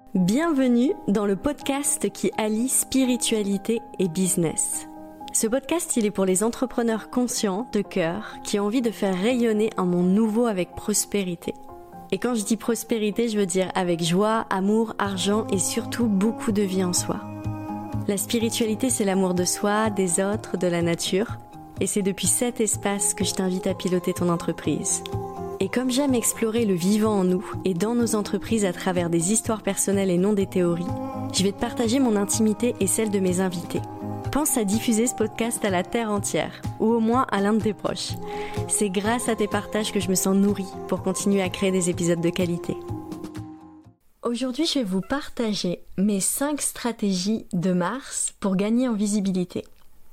Bienvenue dans le podcast qui allie spiritualité et business. Ce podcast, il est pour les entrepreneurs conscients, de cœur, qui ont envie de faire rayonner un monde nouveau avec prospérité. Et quand je dis prospérité, je veux dire avec joie, amour, argent et surtout beaucoup de vie en soi. La spiritualité, c'est l'amour de soi, des autres, de la nature. Et c'est depuis cet espace que je t'invite à piloter ton entreprise. Et comme j'aime explorer le vivant en nous et dans nos entreprises à travers des histoires personnelles et non des théories, je vais te partager mon intimité et celle de mes invités. Pense à diffuser ce podcast à la terre entière, ou au moins à l'un de tes proches. C'est grâce à tes partages que je me sens nourrie pour continuer à créer des épisodes de qualité. Aujourd'hui, je vais vous partager mes 5 stratégies de Mars pour gagner en visibilité.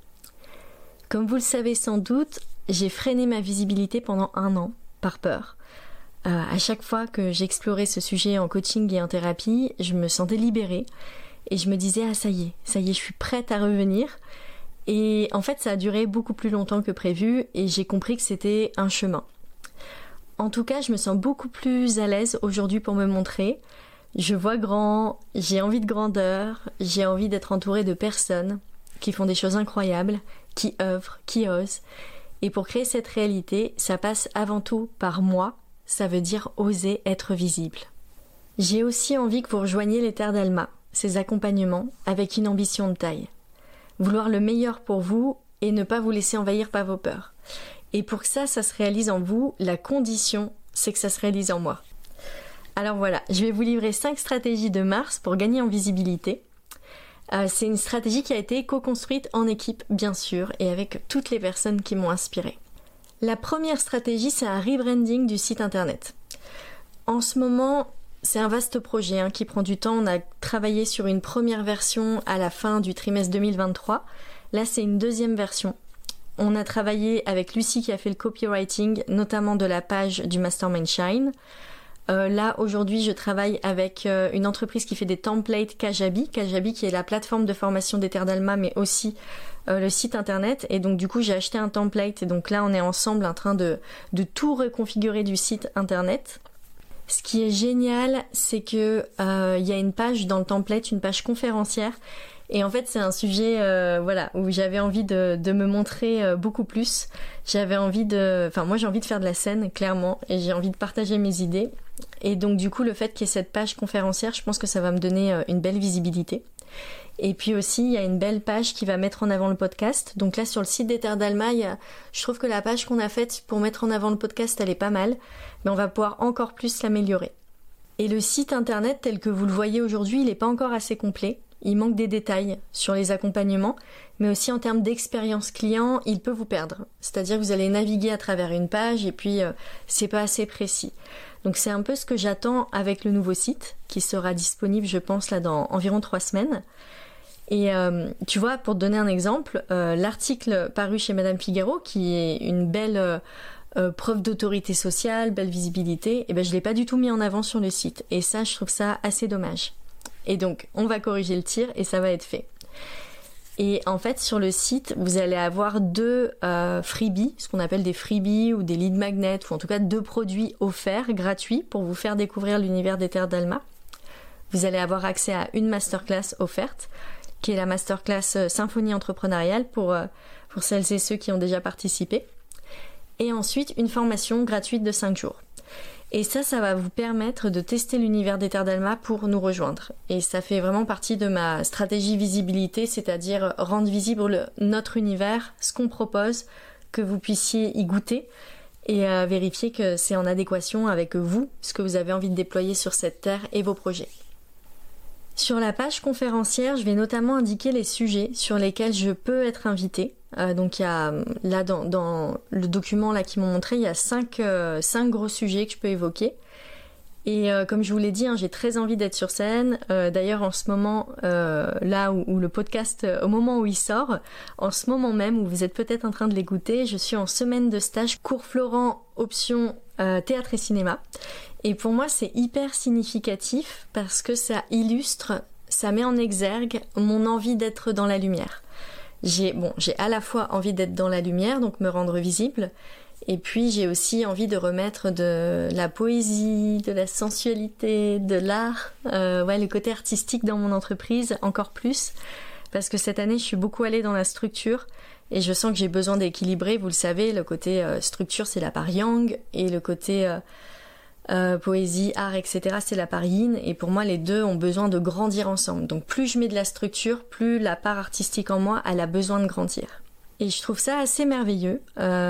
Comme vous le savez sans doute, j'ai freiné ma visibilité pendant 1 an. Par peur. À chaque fois que j'explorais ce sujet en coaching et en thérapie, je me sentais libérée et je me disais « Ah ça y est, je suis prête à revenir ». Et en fait, ça a duré beaucoup plus longtemps que prévu et j'ai compris que c'était un chemin. En tout cas, je me sens beaucoup plus à l'aise aujourd'hui pour me montrer. Je vois grand, j'ai envie de grandeur, j'ai envie d'être entourée de personnes qui font des choses incroyables, qui œuvrent, qui osent. Et pour créer cette réalité, ça passe avant tout par moi, ça veut dire oser être visible. J'ai aussi envie que vous rejoigniez les Terres d'Alma, ces accompagnements, avec une ambition de taille. Vouloir le meilleur pour vous et ne pas vous laisser envahir par vos peurs. Et pour que ça se réalise en vous, la condition, c'est que ça se réalise en moi. Alors voilà, je vais vous livrer 5 stratégies de Mars pour gagner en visibilité. C'est une stratégie qui a été co-construite en équipe, bien sûr, et avec toutes les personnes qui m'ont inspirée. La première stratégie, c'est un rebranding du site internet. En ce moment, c'est un vaste projet qui prend du temps. On a travaillé sur une première version à la fin du trimestre 2023. Là, c'est une deuxième version. On a travaillé avec Lucie qui a fait le copywriting, notamment de la page du Mastermind Shine. Là, aujourd'hui, je travaille avec une entreprise qui fait des templates Kajabi qui est la plateforme de formation des Terres d'Alma, mais aussi le site internet. Et donc, du coup, j'ai acheté un template. Et donc là, on est ensemble en train de tout reconfigurer du site internet. Ce qui est génial, c'est que y a une page dans le template, une page conférencière. Et en fait, c'est un sujet où j'avais envie de me montrer beaucoup plus. Moi, j'ai envie de faire de la scène, clairement, et j'ai envie de partager mes idées. Et donc, du coup, le fait qu'il y ait cette page conférencière, je pense que ça va me donner une belle visibilité. Et puis aussi, il y a une belle page qui va mettre en avant le podcast. Donc là, sur le site des Terres d'Alma, je trouve que la page qu'on a faite pour mettre en avant le podcast, elle est pas mal. Mais on va pouvoir encore plus l'améliorer. Et le site internet, tel que vous le voyez aujourd'hui, il n'est pas encore assez complet. Il manque des détails sur les accompagnements, mais aussi en termes d'expérience client, il peut vous perdre. C'est-à-dire que vous allez naviguer à travers une page et puis c'est pas assez précis. Donc c'est un peu ce que j'attends avec le nouveau site qui sera disponible, je pense, là dans environ 3 semaines. Et tu vois, pour te donner un exemple, l'article paru chez Madame Figaro, qui est une belle preuve d'autorité sociale, belle visibilité, je l'ai pas du tout mis en avant sur le site. Et ça, je trouve ça assez dommage. Et donc, on va corriger le tir et ça va être fait. Et en fait, sur le site, vous allez avoir 2 freebies, ce qu'on appelle des freebies ou des lead magnets, ou en tout cas 2 produits offerts, gratuits, pour vous faire découvrir l'univers des Terres d'Alma. Vous allez avoir accès à une masterclass offerte, qui est la masterclass Symphonie entrepreneuriale pour celles et ceux qui ont déjà participé. Et ensuite, une formation gratuite de 5 jours. Et ça va vous permettre de tester l'univers des Terres d'Alma pour nous rejoindre. Et ça fait vraiment partie de ma stratégie visibilité, c'est-à-dire rendre visible notre univers, ce qu'on propose, que vous puissiez y goûter et vérifier que c'est en adéquation avec vous, ce que vous avez envie de déployer sur cette terre et vos projets. Sur la page conférencière, je vais notamment indiquer les sujets sur lesquels je peux être invitée. Donc il y a là dans le document là qu'ils m'ont montré, il y a 5 gros sujets que je peux évoquer. Et comme je vous l'ai dit, j'ai très envie d'être sur scène. D'ailleurs en ce moment, là où le podcast, au moment où il sort, en ce moment même où vous êtes peut-être en train de l'écouter, je suis en semaine de stage cours Florent option théâtre et cinéma. Et pour moi c'est hyper significatif parce que ça illustre, ça met en exergue mon envie d'être dans la lumière. J'ai à la fois envie d'être dans la lumière, donc me rendre visible, Et puis j'ai aussi envie de remettre de la poésie, de la sensualité, de l'art, le côté artistique dans mon entreprise encore plus, parce que cette année je suis beaucoup allée dans la structure et je sens que j'ai besoin d'équilibrer. Vous le savez, le côté structure c'est la part yang et le côté poésie, art, etc. c'est la part yin, et pour moi les deux ont besoin de grandir ensemble. Donc plus je mets de la structure, plus la part artistique en moi elle a besoin de grandir. Et je trouve ça assez merveilleux,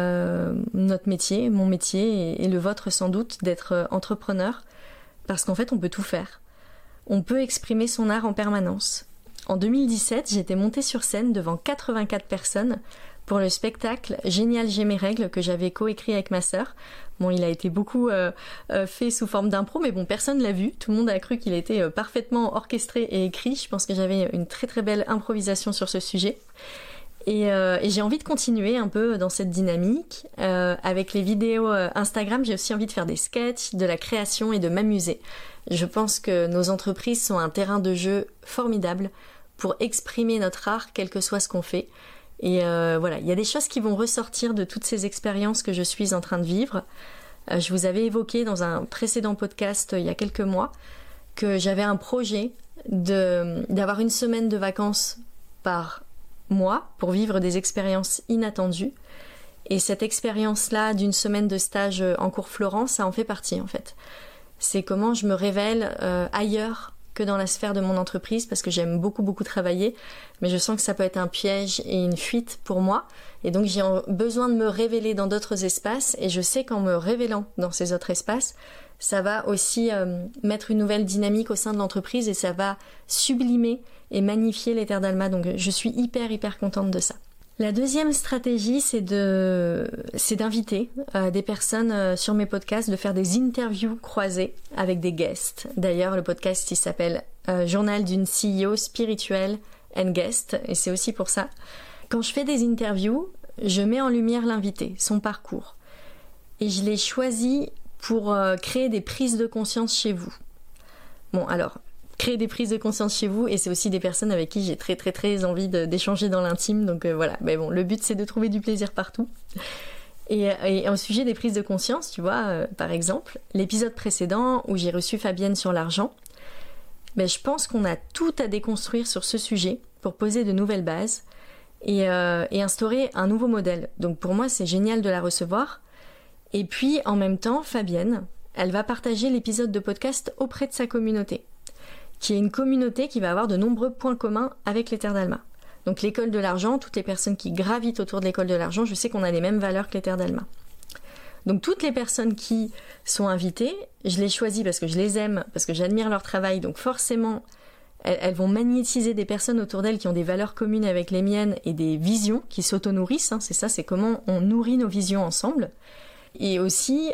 notre métier, mon métier et le vôtre sans doute, d'être entrepreneur, parce qu'en fait on peut tout faire. On peut exprimer son art en permanence. En 2017, j'étais montée sur scène devant 84 personnes pour le spectacle Génial, j'ai mes règles que j'avais coécrit avec ma sœur. Bon, il a été beaucoup fait sous forme d'impro, mais bon, personne l'a vu. Tout le monde a cru qu'il était parfaitement orchestré et écrit. Je pense que j'avais une très très belle improvisation sur ce sujet. Et j'ai envie de continuer un peu dans cette dynamique. Avec les vidéos Instagram, j'ai aussi envie de faire des sketchs, de la création et de m'amuser. Je pense que nos entreprises sont un terrain de jeu formidable pour exprimer notre art, quel que soit ce qu'on fait. Et il y a des choses qui vont ressortir de toutes ces expériences que je suis en train de vivre. Je vous avais évoqué dans un précédent podcast il y a quelques mois que j'avais un projet d'avoir une semaine de vacances par mois pour vivre des expériences inattendues. Et cette expérience-là d'une semaine de stage en cours Florent, ça en fait partie en fait. C'est comment je me révèle ailleurs que dans la sphère de mon entreprise, parce que j'aime beaucoup beaucoup travailler, mais je sens que ça peut être un piège et une fuite pour moi, et donc j'ai besoin de me révéler dans d'autres espaces, et je sais qu'en me révélant dans ces autres espaces, ça va aussi mettre une nouvelle dynamique au sein de l'entreprise, et ça va sublimer et magnifier les terres d'Alma, donc je suis hyper contente de ça. La deuxième stratégie, c'est d'inviter des personnes sur mes podcasts, de faire des interviews croisées avec des guests. D'ailleurs, le podcast, il s'appelle Journal d'une CEO spirituelle and guest, et c'est aussi pour ça. Quand je fais des interviews, je mets en lumière l'invité, son parcours. Et je l'ai choisi pour créer des prises de conscience chez vous. Bon, alors, créer des prises de conscience chez vous, et c'est aussi des personnes avec qui j'ai très envie d'échanger dans l'intime, donc voilà. Mais bon, le but c'est de trouver du plaisir partout. Et au sujet des prises de conscience, tu vois, par exemple, l'épisode précédent où j'ai reçu Fabienne sur l'argent, je pense qu'on a tout à déconstruire sur ce sujet pour poser de nouvelles bases et instaurer un nouveau modèle. Donc pour moi c'est génial de la recevoir. Et puis en même temps, Fabienne, elle va partager l'épisode de podcast auprès de sa communauté, qui est une communauté qui va avoir de nombreux points communs avec les Terres d'Alma. Donc l'école de l'argent, toutes les personnes qui gravitent autour de l'école de l'argent, je sais qu'on a les mêmes valeurs que les Terres d'Alma. Donc toutes les personnes qui sont invitées, je les choisis parce que je les aime, parce que j'admire leur travail, donc forcément elles vont magnétiser des personnes autour d'elles qui ont des valeurs communes avec les miennes et des visions qui s'auto-nourrissent, c'est ça, c'est comment on nourrit nos visions ensemble. Et aussi,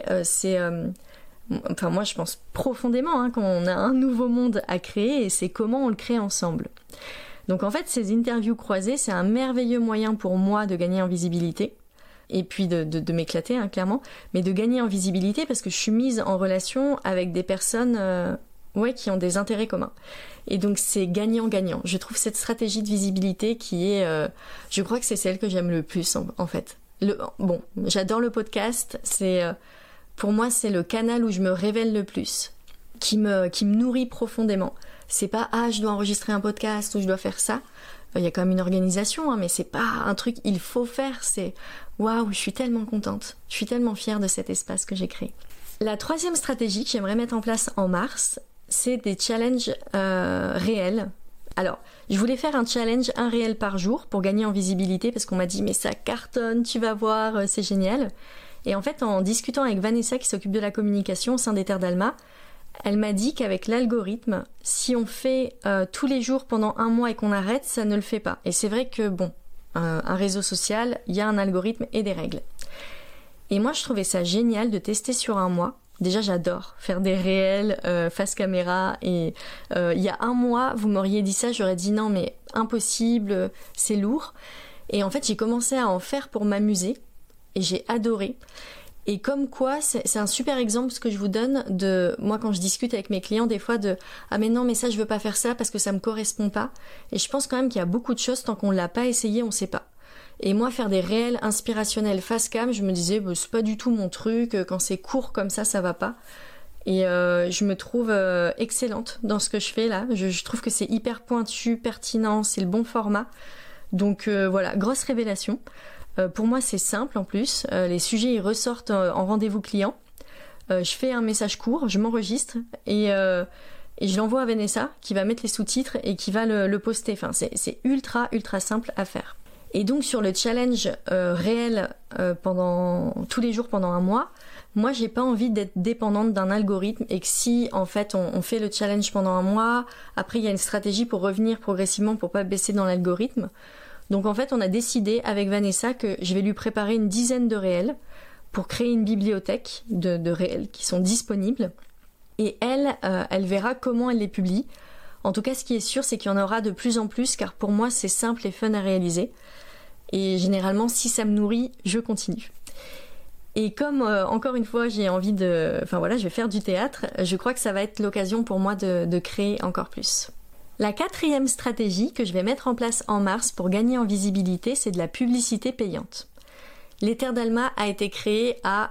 moi je pense profondément qu'on a un nouveau monde à créer, et c'est comment on le crée ensemble. Donc en fait ces interviews croisées, c'est un merveilleux moyen pour moi de gagner en visibilité, et puis de m'éclater clairement, mais de gagner en visibilité parce que je suis mise en relation avec des personnes qui ont des intérêts communs. Et donc c'est gagnant-gagnant. Je trouve cette stratégie de visibilité qui est, je crois que c'est celle que j'aime le plus en fait. J'adore le podcast, pour moi, c'est le canal où je me révèle le plus, qui me nourrit profondément. C'est pas je dois enregistrer un podcast ou je dois faire ça. Il y a quand même une organisation, mais c'est pas un truc il faut faire. C'est waouh, je suis tellement contente, je suis tellement fière de cet espace que j'ai créé. La troisième stratégie que j'aimerais mettre en place en mars, c'est des challenges réels. Alors, je voulais faire un challenge, un réel par jour pour gagner en visibilité, parce qu'on m'a dit mais ça cartonne, tu vas voir, c'est génial. Et en fait, en discutant avec Vanessa qui s'occupe de la communication au sein des Terres d'Alma, elle m'a dit qu'avec l'algorithme, si on fait tous les jours pendant un mois et qu'on arrête, ça ne le fait pas. Et c'est vrai que un réseau social, il y a un algorithme et des règles. Et moi, je trouvais ça génial de tester sur un mois. Déjà, j'adore faire des réels face caméra. Et il y a un mois, vous m'auriez dit ça, j'aurais dit non, mais impossible, c'est lourd. Et en fait, j'ai commencé à en faire pour m'amuser. Et j'ai adoré. Et comme quoi, c'est un super exemple ce que je vous donne de moi quand je discute avec mes clients des fois de mais non mais ça je veux pas faire ça parce que ça me correspond pas. Et je pense quand même qu'il y a beaucoup de choses tant qu'on l'a pas essayé on sait pas. Et moi, faire des réels inspirationnels face cam, je me disais, c'est pas du tout mon truc. Quand c'est court comme ça va pas. Et je me trouve excellente dans ce que je fais là. Je trouve que c'est hyper pointu, pertinent, c'est le bon format. Donc voilà, grosse révélation. Pour moi, c'est simple en plus. Les sujets, ils ressortent en rendez-vous client. Je fais un message court, je m'enregistre et je l'envoie à Vanessa qui va mettre les sous-titres et qui va le poster. Enfin, c'est ultra simple à faire. Et donc sur le challenge réel pendant tous les jours pendant un mois, moi j'ai pas envie d'être dépendante d'un algorithme et que si en fait on fait le challenge pendant un mois, après il y a une stratégie pour revenir progressivement pour pas baisser dans l'algorithme. Donc en fait on a décidé avec Vanessa que je vais lui préparer une dizaine de réels pour créer une bibliothèque de réels qui sont disponibles et elle verra comment elle les publie. En tout cas ce qui est sûr c'est qu'il y en aura de plus en plus car pour moi c'est simple et fun à réaliser. Et généralement, si ça me nourrit, je continue. Et comme, encore une fois, j'ai envie je vais faire du théâtre, je crois que ça va être l'occasion pour moi de créer encore plus. La 4e stratégie que je vais mettre en place en mars pour gagner en visibilité, c'est de la publicité payante. L'Éther d'Alma a été créé à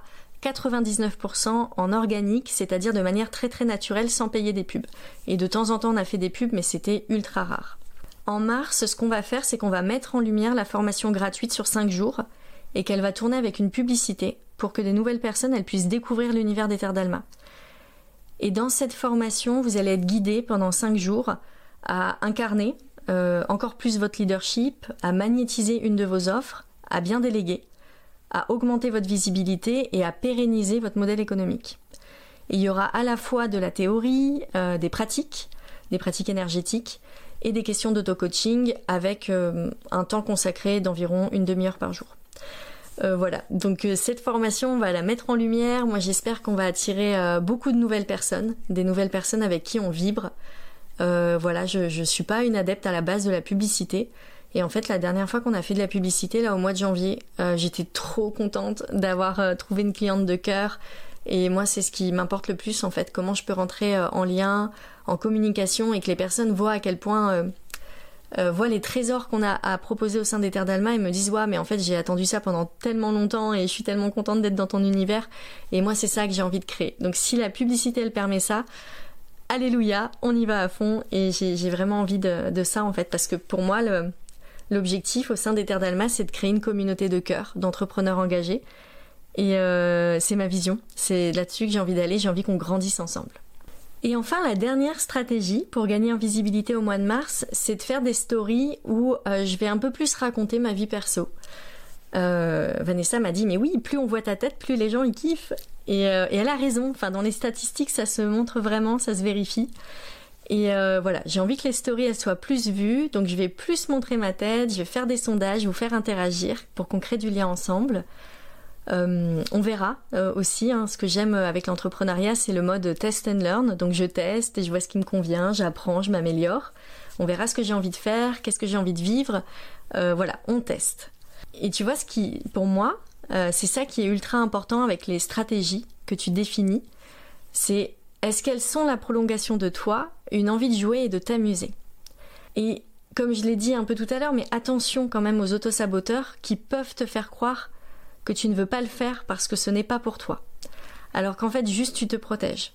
99% en organique, c'est-à-dire de manière très naturelle, sans payer des pubs. Et de temps en temps, on a fait des pubs, mais c'était ultra rare. En mars, ce qu'on va faire, c'est qu'on va mettre en lumière la formation gratuite sur 5 jours et qu'elle va tourner avec une publicité pour que des nouvelles personnes elles puissent découvrir l'univers d'Éther d'Alma. Et dans cette formation, vous allez être guidés pendant 5 jours à incarner encore plus votre leadership, à magnétiser une de vos offres, à bien déléguer, à augmenter votre visibilité et à pérenniser votre modèle économique. Et il y aura à la fois de la théorie, des pratiques énergétiques, et des questions d'auto-coaching avec un temps consacré d'environ une demi-heure par jour. Voilà, donc cette formation, on va la mettre en lumière. Moi, j'espère qu'on va attirer beaucoup de nouvelles personnes, des nouvelles personnes avec qui on vibre. Voilà, je suis pas une adepte à la base de la publicité. Et en fait, la dernière fois qu'on a fait de la publicité, là, au mois de janvier, j'étais trop contente d'avoir trouvé une cliente de cœur. Et moi, c'est ce qui m'importe le plus, en fait, comment je peux rentrer en lien, en communication et que les personnes voient à quel point voient les trésors qu'on a à proposer au sein d'Éther d'Alma et me disent ouais mais en fait j'ai attendu ça pendant tellement longtemps et je suis tellement contente d'être dans ton univers et moi c'est ça que j'ai envie de créer. Donc si la publicité elle permet ça, alléluia, on y va à fond et j'ai vraiment envie de ça en fait parce que pour moi l'objectif au sein d'Éther d'Alma c'est de créer une communauté de cœur, d'entrepreneurs engagés et c'est ma vision, c'est là-dessus que j'ai envie d'aller, j'ai envie qu'on grandisse ensemble. Et enfin, la dernière stratégie pour gagner en visibilité au mois de mars, c'est de faire des stories où je vais un peu plus raconter ma vie perso. Vanessa m'a dit, mais oui, plus on voit ta tête, plus les gens y kiffent. Et elle a raison. Enfin, dans les statistiques, ça se montre vraiment, ça se vérifie. Et voilà, j'ai envie que les stories elles soient plus vues, donc je vais plus montrer ma tête, je vais faire des sondages, vous faire interagir pour qu'on crée du lien ensemble. On verra aussi, ce que j'aime avec l'entrepreneuriat, c'est le mode test and learn. Donc je teste et je vois ce qui me convient, j'apprends, je m'améliore. On verra ce que j'ai envie de faire, qu'est-ce que j'ai envie de vivre. Voilà, on teste. Et tu vois, ce qui, pour moi, c'est ça qui est ultra important avec les stratégies que tu définis. C'est est-ce qu'elles sont la prolongation de toi, une envie de jouer et de t'amuser. Et comme je l'ai dit un peu tout à l'heure, mais attention quand même aux autosaboteurs qui peuvent te faire croire que tu ne veux pas le faire parce que ce n'est pas pour toi. Alors qu'en fait, juste tu te protèges.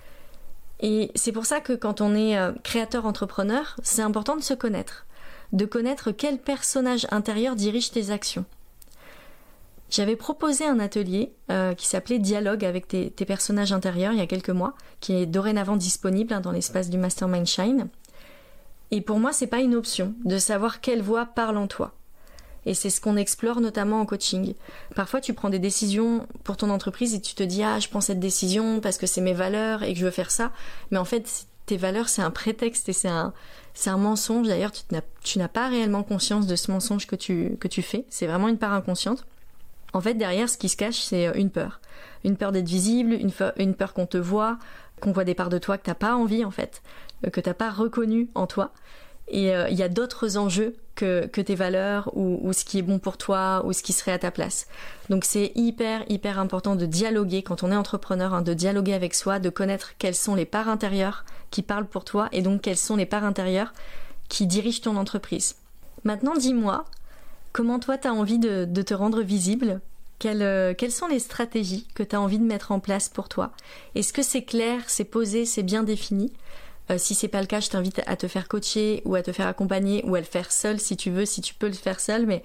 Et c'est pour ça que quand on est créateur-entrepreneur, c'est important de se connaître. De connaître quel personnage intérieur dirige tes actions. J'avais proposé un atelier qui s'appelait Dialogue avec tes personnages intérieurs il y a quelques mois, qui est dorénavant disponible dans l'espace du Mastermind Shine. Et pour moi, c'est pas une option de savoir quelle voix parle en toi. Et c'est ce qu'on explore notamment en coaching. Parfois, tu prends des décisions pour ton entreprise et tu te dis « Ah, je prends cette décision parce que c'est mes valeurs et que je veux faire ça. » Mais en fait, tes valeurs, c'est un prétexte et c'est un mensonge. D'ailleurs, tu n'as pas réellement conscience de ce mensonge que tu fais. C'est vraiment une part inconsciente. En fait, derrière, ce qui se cache, c'est une peur. Une peur d'être visible, une peur qu'on te voit, qu'on voit des parts de toi que t'as pas envie, en fait, que t'as pas reconnu en toi. Et il y a d'autres enjeux que tes valeurs ou ce qui est bon pour toi ou ce qui serait à ta place. Donc c'est hyper important de dialoguer quand on est entrepreneur, de dialoguer avec soi, de connaître quelles sont les parts intérieures qui parlent pour toi et donc quelles sont les parts intérieures qui dirigent ton entreprise. Maintenant dis-moi, Comment toi tu as envie de te rendre visible ? Quelles sont les stratégies que tu as envie de mettre en place pour toi ? Est-ce que c'est clair, c'est posé, c'est bien défini ? Si c'est pas le cas, je t'invite à te faire coacher ou à te faire accompagner ou à le faire seul si tu veux, si tu peux le faire seul. Mais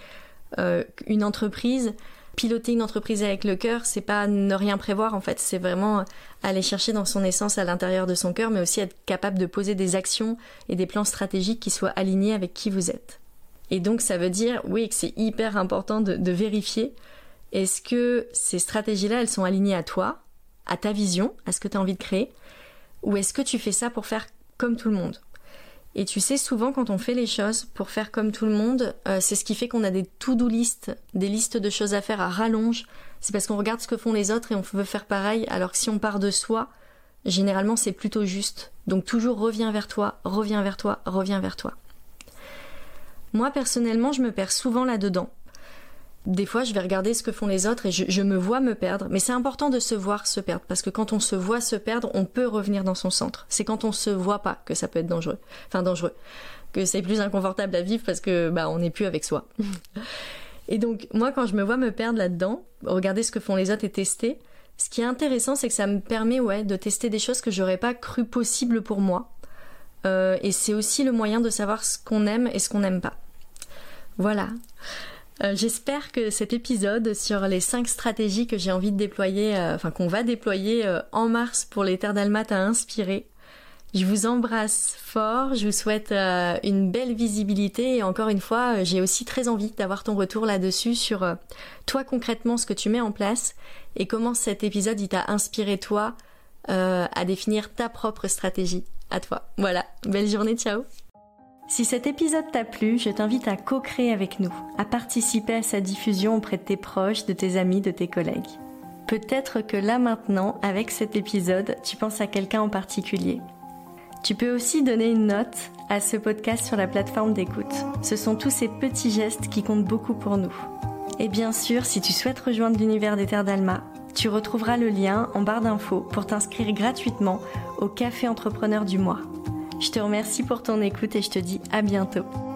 piloter une entreprise avec le cœur, c'est pas ne rien prévoir en fait. C'est vraiment aller chercher dans son essence à l'intérieur de son cœur, mais aussi être capable de poser des actions et des plans stratégiques qui soient alignés avec qui vous êtes. Et donc ça veut dire, oui, que c'est hyper important de vérifier. Est-ce que ces stratégies-là, elles sont alignées à toi, à ta vision, à ce que tu as envie de créer, ou est-ce que tu fais ça pour faire comme tout le monde ? Et tu sais, souvent quand on fait les choses pour faire comme tout le monde, c'est ce qui fait qu'on a des to-do list, des listes de choses à faire à rallonge. C'est parce qu'on regarde ce que font les autres et on veut faire pareil, alors que si on part de soi, généralement c'est plutôt juste. Donc toujours reviens vers toi, reviens vers toi, reviens vers toi. Moi personnellement, je me perds souvent là-dedans. Des fois, je vais regarder ce que font les autres et je me vois me perdre. Mais c'est important de se voir se perdre parce que quand on se voit se perdre, on peut revenir dans son centre. C'est quand on se voit pas que ça peut être dangereux. Enfin, dangereux. Que c'est plus inconfortable à vivre parce que, on n'est plus avec soi. Et donc, moi, quand je me vois me perdre là-dedans, regarder ce que font les autres et tester, ce qui est intéressant, c'est que ça me permet, de tester des choses que j'aurais pas cru possible pour moi. Et c'est aussi le moyen de savoir ce qu'on aime et ce qu'on n'aime pas. Voilà. J'espère que cet épisode sur les 5 stratégies que j'ai envie de déployer, qu'on va déployer en mars pour les Terres d'Alma t'a inspiré. Je vous embrasse fort, je vous souhaite une belle visibilité et encore une fois, j'ai aussi très envie d'avoir ton retour là-dessus sur toi concrètement ce que tu mets en place et comment cet épisode il t'a inspiré toi à définir ta propre stratégie à toi. Voilà, belle journée, ciao. Si cet épisode t'a plu, je t'invite à co-créer avec nous, à participer à sa diffusion auprès de tes proches, de tes amis, de tes collègues. Peut-être que là maintenant, avec cet épisode, tu penses à quelqu'un en particulier. Tu peux aussi donner une note à ce podcast sur la plateforme d'écoute. Ce sont tous ces petits gestes qui comptent beaucoup pour nous. Et bien sûr, si tu souhaites rejoindre l'univers des Terres d'Alma, tu retrouveras le lien en barre d'infos pour t'inscrire gratuitement au Café Entrepreneur du mois. Je te remercie pour ton écoute et je te dis à bientôt.